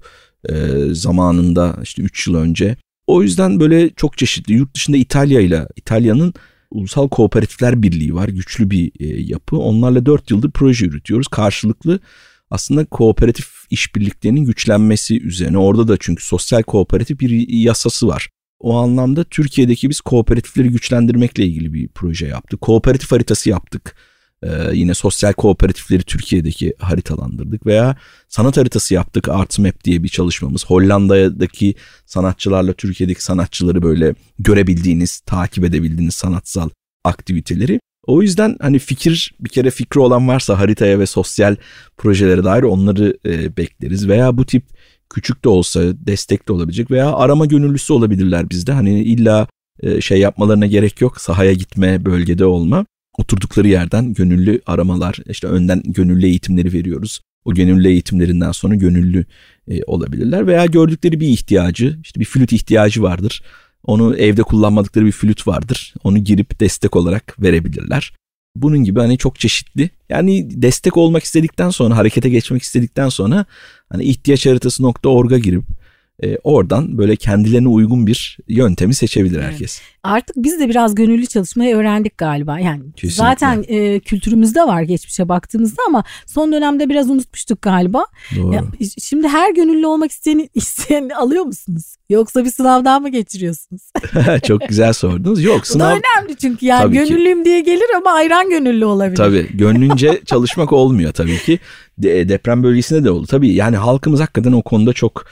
zamanında işte 3 yıl önce. O yüzden böyle çok çeşitli. Yurt dışında İtalya'nın Ulusal Kooperatifler Birliği var. Güçlü bir yapı. Onlarla 4 yıldır proje yürütüyoruz. Karşılıklı aslında kooperatif işbirliklerinin güçlenmesi üzerine. Orada da çünkü sosyal kooperatif bir yasası var. O anlamda Türkiye'deki biz kooperatifleri güçlendirmekle ilgili bir proje yaptık. Kooperatif haritası yaptık. Yine sosyal kooperatifleri Türkiye'deki haritalandırdık veya sanat haritası yaptık. Art Map diye bir çalışmamız. Hollanda'daki sanatçılarla Türkiye'deki sanatçıları böyle görebildiğiniz, takip edebildiğiniz sanatsal aktiviteleri. O yüzden hani bir kere fikri olan varsa haritaya ve sosyal projelere dair onları bekleriz. Veya bu tip küçük de olsa destek de olabilecek veya arama gönüllüsü olabilirler bizde. Hani illa yapmalarına gerek yok. Sahaya gitme, bölgede olma. Oturdukları yerden gönüllü aramalar, işte önden gönüllü eğitimleri veriyoruz. O gönüllü eğitimlerinden sonra gönüllü olabilirler veya gördükleri bir ihtiyacı, işte bir flüt ihtiyacı vardır. Onu evde kullanmadıkları bir flüt vardır. Onu girip destek olarak verebilirler. Bunun gibi hani çok çeşitli. Yani destek olmak istedikten sonra, harekete geçmek istedikten sonra hani ihtiyaçharitası.org'a girip Oradan böyle kendilerine uygun bir yöntemi seçebilir herkes. Artık biz de biraz gönüllü çalışmayı öğrendik galiba. Yani kesinlikle. Zaten kültürümüzde var geçmişe baktığımızda ama son dönemde biraz unutmuştuk galiba. Doğru. Şimdi her gönüllü olmak isteyen alıyor musunuz? Yoksa bir sınavdan mı geçiriyorsunuz? Çok güzel sordunuz. Yok, sınav. Bu da önemli çünkü yani tabii gönüllüyüm ki diye gelir ama ayran gönüllü olabilir. Tabii gönlünce çalışmak olmuyor tabii ki. Deprem bölgesinde de oldu. Tabii yani halkımız hakikaten o konuda çok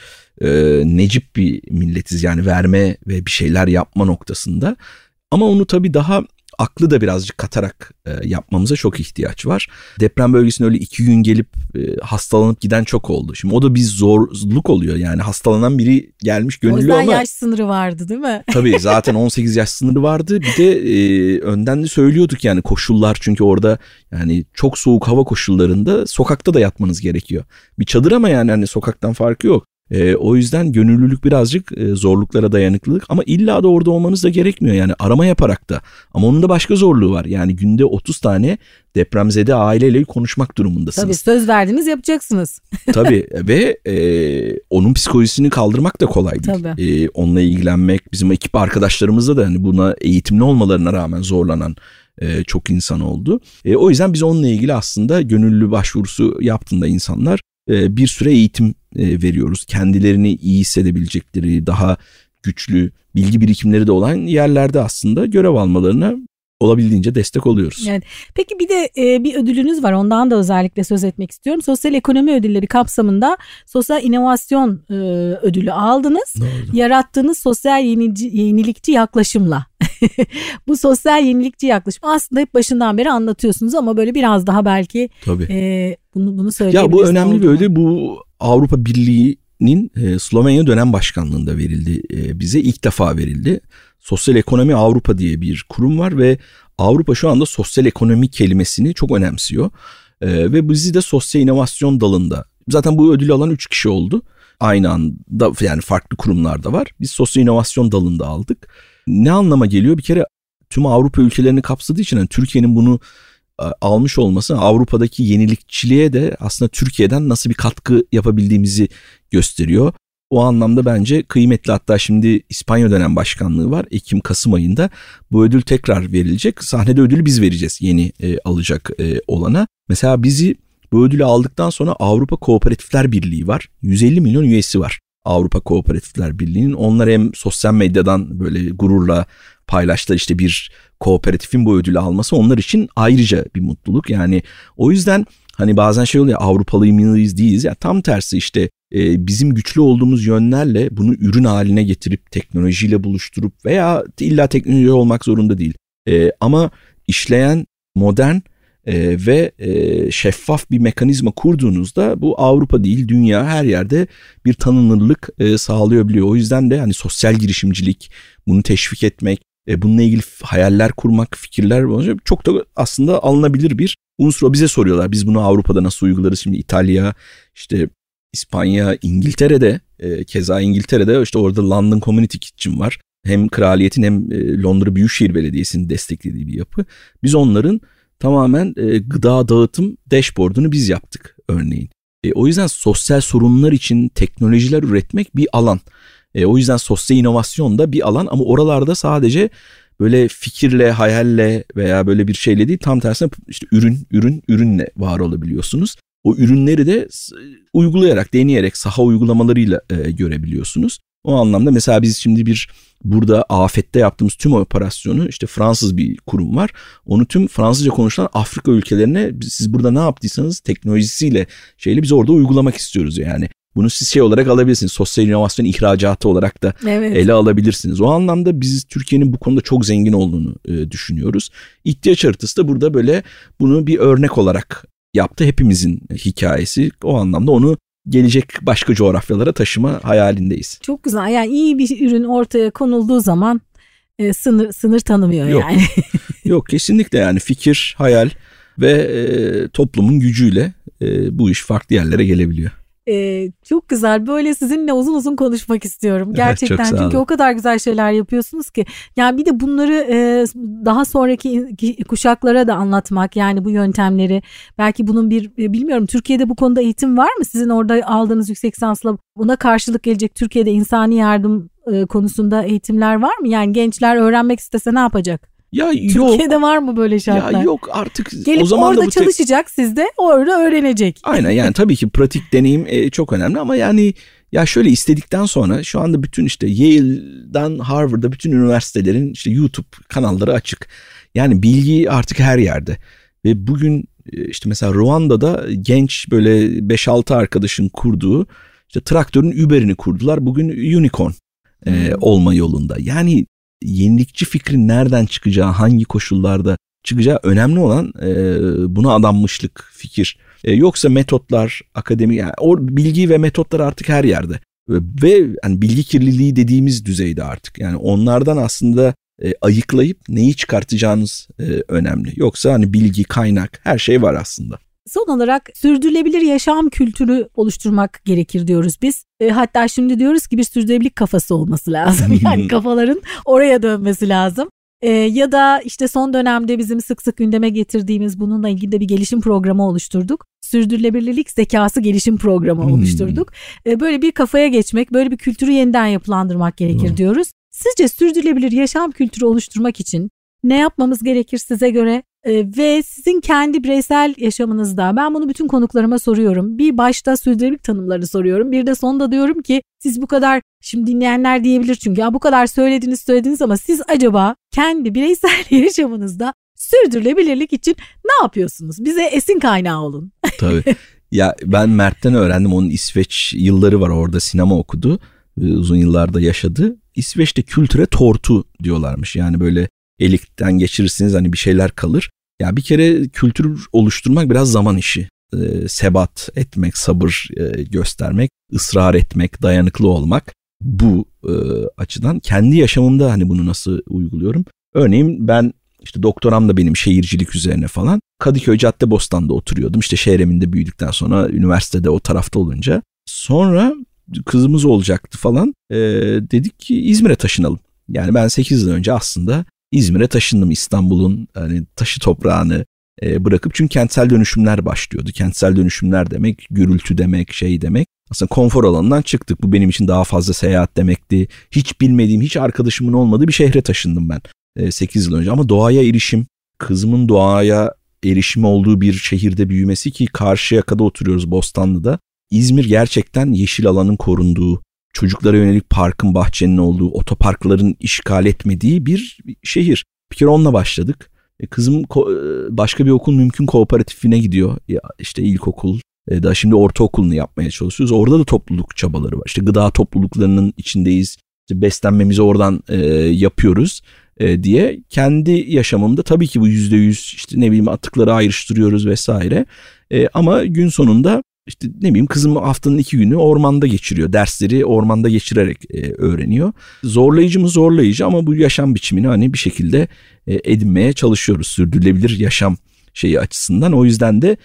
necip bir milletiz yani verme ve bir şeyler yapma noktasında. Ama onu tabii daha aklı da birazcık katarak yapmamıza çok ihtiyaç var. Deprem bölgesine öyle 2 gün gelip hastalanıp giden çok oldu. Şimdi o da bir zorluk oluyor yani hastalanan biri gelmiş gönüllü olma. O yüzden yaş sınırı vardı değil mi? Tabii zaten 18 yaş sınırı vardı. Bir de önden de söylüyorduk yani koşullar, çünkü orada yani çok soğuk hava koşullarında sokakta da yatmanız gerekiyor. Bir çadır ama yani hani sokaktan farkı yok. O yüzden gönüllülük birazcık zorluklara dayanıklılık, ama illa da orada olmanız da gerekmiyor yani arama yaparak da. Ama onun da başka zorluğu var yani günde 30 tane depremzede aileyle konuşmak durumundasınız. Tabii söz verdiniz, yapacaksınız. Tabii ve onun psikolojisini kaldırmak da kolay değil. Onunla ilgilenmek, bizim ekip arkadaşlarımızda da hani buna eğitimli olmalarına rağmen zorlanan çok insan oldu. O yüzden biz onunla ilgili aslında gönüllü başvurusu yaptığında insanlar bir süre eğitim veriyoruz. Kendilerini iyi hissedebilecekleri, daha güçlü bilgi birikimleri de olan yerlerde aslında görev almalarına olabildiğince destek oluyoruz. Evet. Peki bir de bir ödülünüz var. Ondan da özellikle söz etmek istiyorum. Sosyal ekonomi ödülleri kapsamında sosyal inovasyon ödülü aldınız. Doğru. Yarattığınız sosyal yenilikçi yaklaşımla. Bu sosyal yenilikçi yaklaşım aslında hep başından beri anlatıyorsunuz ama böyle biraz daha belki bunu söyleyebilirsiniz. Ya bu önemli bir ödül. Bu Avrupa Birliği'nin Slovenya dönem başkanlığında verildi bize. İlk defa verildi. Sosyal Ekonomi Avrupa diye bir kurum var ve Avrupa şu anda sosyal ekonomi kelimesini çok önemsiyor. Ve bizi de sosyal inovasyon dalında, zaten bu ödülü alan 3 kişi oldu. Aynı anda yani farklı kurumlarda var. Biz sosyal inovasyon dalında aldık. Ne anlama geliyor? Bir kere tüm Avrupa ülkelerini kapsadığı için yani Türkiye'nin bunu almış olması Avrupa'daki yenilikçiliğe de aslında Türkiye'den nasıl bir katkı yapabildiğimizi gösteriyor. O anlamda bence kıymetli. Hatta şimdi İspanya dönem başkanlığı var. Ekim-Kasım ayında bu ödül tekrar verilecek. Sahnede ödülü biz vereceğiz yeni alacak olana. Mesela bizi bu ödülü aldıktan sonra Avrupa Kooperatifler Birliği var. 150 milyon üyesi var Avrupa Kooperatifler Birliği'nin. Onlar hem sosyal medyadan böyle gururla paylaştılar, işte bir kooperatifin bu ödülü alması onlar için ayrıca bir mutluluk. Yani o yüzden hani bazen şey oluyor, Avrupalı mıyız değiliz ya, tam tersi işte bizim güçlü olduğumuz yönlerle bunu ürün haline getirip teknolojiyle buluşturup veya illa teknoloji olmak zorunda değil. Ama işleyen modern ve şeffaf bir mekanizma kurduğunuzda bu Avrupa değil dünya her yerde bir tanınırlık sağlayabiliyor. O yüzden de hani sosyal girişimcilik, bunu teşvik etmek, bununla ilgili hayaller kurmak, fikirler çok da aslında alınabilir bir unsur. O bize soruyorlar, biz bunu Avrupa'da nasıl uygularız? Şimdi İtalya, işte İspanya, İngiltere'de keza İngiltere'de işte orada London Community Kitchen var. Hem kraliyetin hem Londra Büyükşehir Belediyesi'nin desteklediği bir yapı. Biz onların tamamen gıda dağıtım dashboard'unu biz yaptık örneğin. O yüzden sosyal sorunlar için teknolojiler üretmek bir alan. O yüzden sosyal inovasyon da bir alan ama oralarda sadece böyle fikirle, hayalle veya böyle bir şeyle değil, tam tersine işte ürünle var olabiliyorsunuz. O ürünleri de uygulayarak, deneyerek, saha uygulamalarıyla görebiliyorsunuz. O anlamda mesela biz şimdi burada afette yaptığımız tüm operasyonu, işte Fransız bir kurum var. Onu tüm Fransızca konuşulan Afrika ülkelerine siz burada ne yaptıysanız teknolojisiyle biz orada uygulamak istiyoruz yani. Bunu siz olarak alabilirsiniz. Sosyal inovasyon ihracatı olarak da ele alabilirsiniz. O anlamda biz Türkiye'nin bu konuda çok zengin olduğunu düşünüyoruz. İhtiyaç haritası da burada böyle bunu bir örnek olarak yaptı. Hepimizin hikayesi. O anlamda onu gelecek başka coğrafyalara taşıma hayalindeyiz. Çok güzel. Yani iyi bir ürün ortaya konulduğu zaman sınır tanımıyor yani. Yok kesinlikle yani fikir, hayal ve toplumun gücüyle bu iş farklı yerlere gelebiliyor. Çok güzel. Böyle sizinle uzun uzun konuşmak istiyorum. Gerçekten çünkü o kadar güzel şeyler yapıyorsunuz ki. Yani bir de bunları daha sonraki kuşaklara da anlatmak. Yani bu yöntemleri. Belki bunun bilmiyorum, Türkiye'de bu konuda eğitim var mı? Sizin orada aldığınız yüksek lisansla buna karşılık gelecek Türkiye'de insani yardım konusunda eğitimler var mı? Yani gençler öğrenmek istese ne yapacak? Ya Türkiye'de var mı böyle şartlar? Ya yok artık. Gelip o zaman orada da çalışacak, siz de orada öğrenecek. Aynen, yani tabii ki pratik deneyim çok önemli ama yani ya şöyle istedikten sonra şu anda bütün işte Yale'dan Harvard'a bütün üniversitelerin işte YouTube kanalları açık. Yani bilgi artık her yerde. Ve bugün işte mesela Ruanda'da genç böyle 5-6 arkadaşın kurduğu işte traktörün Uber'ini kurdular. Bugün unicorn olma yolunda. Yani yenilikçi fikrin nereden çıkacağı, hangi koşullarda çıkacağı önemli olan buna adanmışlık, fikir. Yoksa metotlar, akademi, yani o bilgi ve metotlar artık her yerde. Ve yani bilgi kirliliği dediğimiz düzeyde artık. Yani onlardan aslında ayıklayıp neyi çıkartacağınız önemli. Yoksa hani bilgi, kaynak, her şey var aslında. Son olarak sürdürülebilir yaşam kültürü oluşturmak gerekir diyoruz biz. Hatta şimdi diyoruz ki bir sürdürülebilirlik kafası olması lazım. Yani kafaların oraya dönmesi lazım. Ya da işte son dönemde bizim sık sık gündeme getirdiğimiz bununla ilgili de bir gelişim programı oluşturduk. Sürdürülebilirlik zekası gelişim programı oluşturduk. Böyle bir kafaya geçmek, böyle bir kültürü yeniden yapılandırmak gerekir diyoruz. Sizce sürdürülebilir yaşam kültürü oluşturmak için ne yapmamız gerekir size göre? Ve sizin kendi bireysel yaşamınızda, ben bunu bütün konuklarıma soruyorum. Bir başta sürdürülebilirlik tanımlarını soruyorum. Bir de sonunda diyorum ki siz bu kadar, şimdi dinleyenler diyebilir çünkü ya bu kadar söylediniz ama siz acaba kendi bireysel yaşamınızda sürdürülebilirlik için ne yapıyorsunuz? Bize esin kaynağı olun. Tabii. Ya ben Mert'ten öğrendim. Onun İsveç yılları var, orada sinema okudu. Uzun yıllarda yaşadı. İsveç'te kültüre tortu diyorlarmış. Yani böyle elikten geçirirsiniz, hani bir şeyler kalır. Ya bir kere kültür oluşturmak biraz zaman işi. Sebat etmek, sabır göstermek, ısrar etmek, dayanıklı olmak. Bu açıdan kendi yaşamımda hani bunu nasıl uyguluyorum? Örneğin ben işte doktoram da benim şehircilik üzerine falan. Kadıköy Caddebostan'da oturuyordum. İşte Şehremin'de büyüdükten sonra üniversitede o tarafta olunca. Sonra kızımız olacaktı falan. Dedik ki İzmir'e taşınalım. Yani ben 8 yıl önce aslında İzmir'e taşındım, İstanbul'un hani taşı toprağını bırakıp, çünkü kentsel dönüşümler başlıyordu. Kentsel dönüşümler demek, gürültü demek, şey demek. Aslında konfor alanından çıktık. Bu benim için daha fazla seyahat demekti. Hiç bilmediğim, hiç arkadaşımın olmadığı bir şehre taşındım ben 8 yıl önce. Ama doğaya erişim, kızımın doğaya erişimi olduğu bir şehirde büyümesi, ki Karşıyaka'da oturuyoruz, Bostanlı'da. İzmir gerçekten yeşil alanın korunduğu, çocuklara yönelik parkın, bahçenin olduğu, otoparkların işgal etmediği bir şehir. Bir kere onunla başladık. Kızım başka bir okul mümkün kooperatifine gidiyor. Ya işte ilkokul, daha şimdi ortaokulunu yapmaya çalışıyoruz. Orada da topluluk çabaları var. İşte gıda topluluklarının içindeyiz. İşte beslenmemizi oradan yapıyoruz diye. Kendi yaşamımda tabii ki bu %100 işte ne bileyim atıkları ayrıştırıyoruz vesaire. Ama gün sonunda İşte ne bileyim kızım haftanın 2 günü ormanda geçiriyor. Dersleri ormanda geçirerek öğreniyor. Zorlayıcı mı? Zorlayıcı, ama bu yaşam biçimini hani bir şekilde edinmeye çalışıyoruz. Sürdürülebilir yaşam şeyi açısından. O yüzden de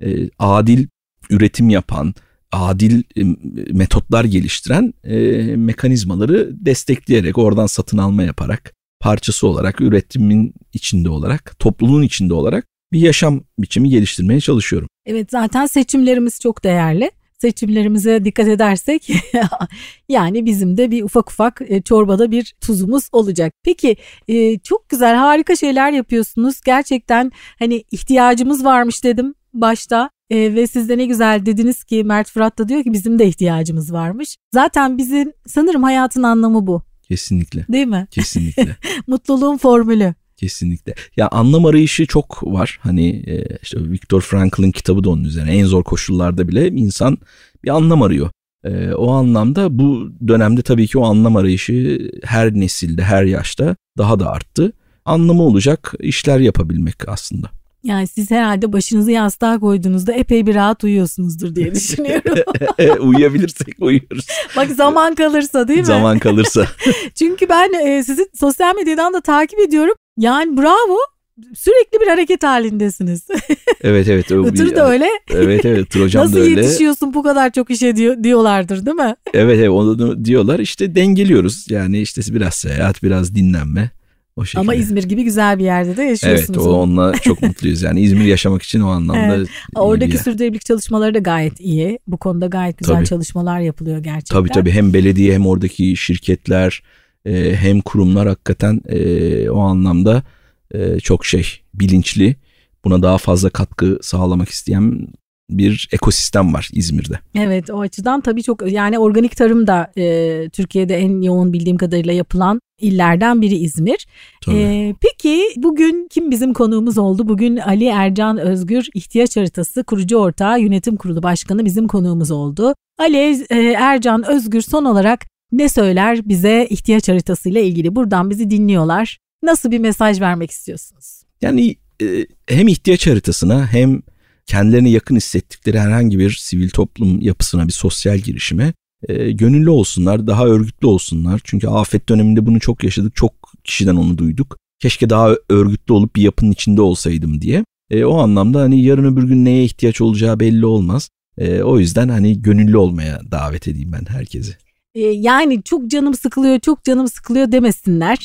adil üretim yapan, adil metotlar geliştiren mekanizmaları destekleyerek, oradan satın alma yaparak, parçası olarak, üretimin içinde olarak, topluluğun içinde olarak bir yaşam biçimi geliştirmeye çalışıyorum. Evet, zaten seçimlerimiz çok değerli. Seçimlerimize dikkat edersek yani bizim de bir ufak çorbada bir tuzumuz olacak. Peki çok güzel, harika şeyler yapıyorsunuz. Gerçekten hani ihtiyacımız varmış dedim başta. Ve siz de ne güzel dediniz ki, Mert Fırat da diyor ki bizim de ihtiyacımız varmış. Zaten bizim sanırım hayatın anlamı bu. Kesinlikle. Değil mi? Kesinlikle. Mutluluğun formülü. Kesinlikle. Ya anlam arayışı çok var. Hani işte Viktor Frankl'ın kitabı da onun üzerine. En zor koşullarda bile insan bir anlam arıyor. O anlamda bu dönemde tabii ki o anlam arayışı her nesilde, her yaşta daha da arttı. Anlamı olacak işler yapabilmek aslında. Yani siz herhalde başınızı yastığa koyduğunuzda epey bir rahat uyuyorsunuzdur diye düşünüyorum. Uyuyabilirsek uyuyoruz. Bak, zaman kalırsa değil mi? Zaman kalırsa. Çünkü ben sizi sosyal medyadan da takip ediyorum. Yani bravo. sürekli bir hareket halindesiniz. Evet. Itır da öyle. Evet Itır hocam Nasıl da öyle. Nasıl yetişiyorsun bu kadar çok işe diyorlardır değil mi? Evet onu diyorlar. İşte dengeliyoruz. Yani işte biraz seyahat, biraz dinlenme. O şekilde. Ama İzmir gibi güzel bir yerde de yaşıyorsunuz. Evet onunla çok mutluyuz. Yani İzmir yaşamak için o anlamda. Evet. Oradaki sürdürülebilirlik çalışmaları da gayet iyi. Bu konuda gayet güzel çalışmalar yapılıyor gerçekten. Tabii hem belediye hem oradaki şirketler hem kurumlar hakikaten o anlamda çok bilinçli. Buna daha fazla katkı sağlamak isteyen bir ekosistem var İzmir'de. Evet o açıdan tabii çok yani organik tarım da Türkiye'de en yoğun bildiğim kadarıyla yapılan illerden biri İzmir. Peki bugün kim bizim konuğumuz oldu? Bugün Ali Ercan Özgür İhtiyaç Haritası kurucu ortağı yönetim kurulu başkanı bizim konuğumuz oldu. Ali Ercan Özgür son olarak ne söyler bize ihtiyaç haritası ile ilgili? Buradan bizi dinliyorlar. Nasıl bir mesaj vermek istiyorsunuz? Yani hem ihtiyaç haritasına hem kendilerini yakın hissettikleri herhangi bir sivil toplum yapısına, bir sosyal girişime gönüllü olsunlar, daha örgütlü olsunlar. Çünkü afet döneminde bunu çok yaşadık, çok kişiden onu duyduk. Keşke daha örgütlü olup bir yapının içinde olsaydım diye. O anlamda hani yarın öbür gün neye ihtiyaç olacağı belli olmaz. O yüzden hani gönüllü olmaya davet edeyim ben herkesi. Yani çok canım sıkılıyor demesinler.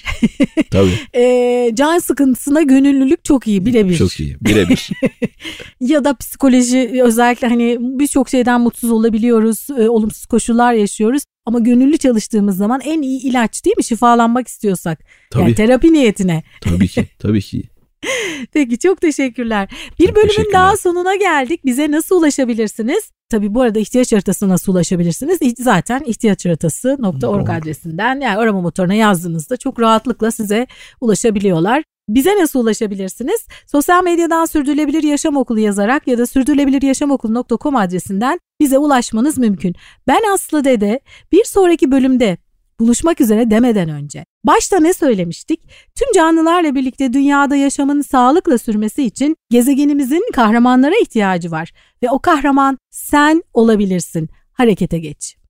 Tabii. Can sıkıntısına gönüllülük çok iyi, birebir. Çok iyi, birebir. Ya da psikoloji, özellikle hani birçok şeyden mutsuz olabiliyoruz, olumsuz koşullar yaşıyoruz. Ama gönüllü çalıştığımız zaman en iyi ilaç değil mi? Şifalanmak istiyorsak. Tabii. Yani terapi niyetine. Tabii ki. Peki çok teşekkürler. Bir bölümün daha sonuna geldik. Bize nasıl ulaşabilirsiniz? Tabii bu arada ihtiyaç haritasına nasıl ulaşabilirsiniz? Zaten ihtiyaçharitası.org adresinden yani arama motoruna yazdığınızda çok rahatlıkla size ulaşabiliyorlar. Bize nasıl ulaşabilirsiniz? Sosyal medyadan Sürdürülebilir Yaşam Okulu yazarak ya da sürdürülebiliryaşamokulu.com adresinden bize ulaşmanız mümkün. Ben Aslı Dede. Bir sonraki bölümde buluşmak üzere demeden önce başta ne söylemiştik? Tüm canlılarla birlikte dünyada yaşamın sağlıkla sürmesi için gezegenimizin kahramanlara ihtiyacı var ve o kahraman sen olabilirsin. Harekete geç.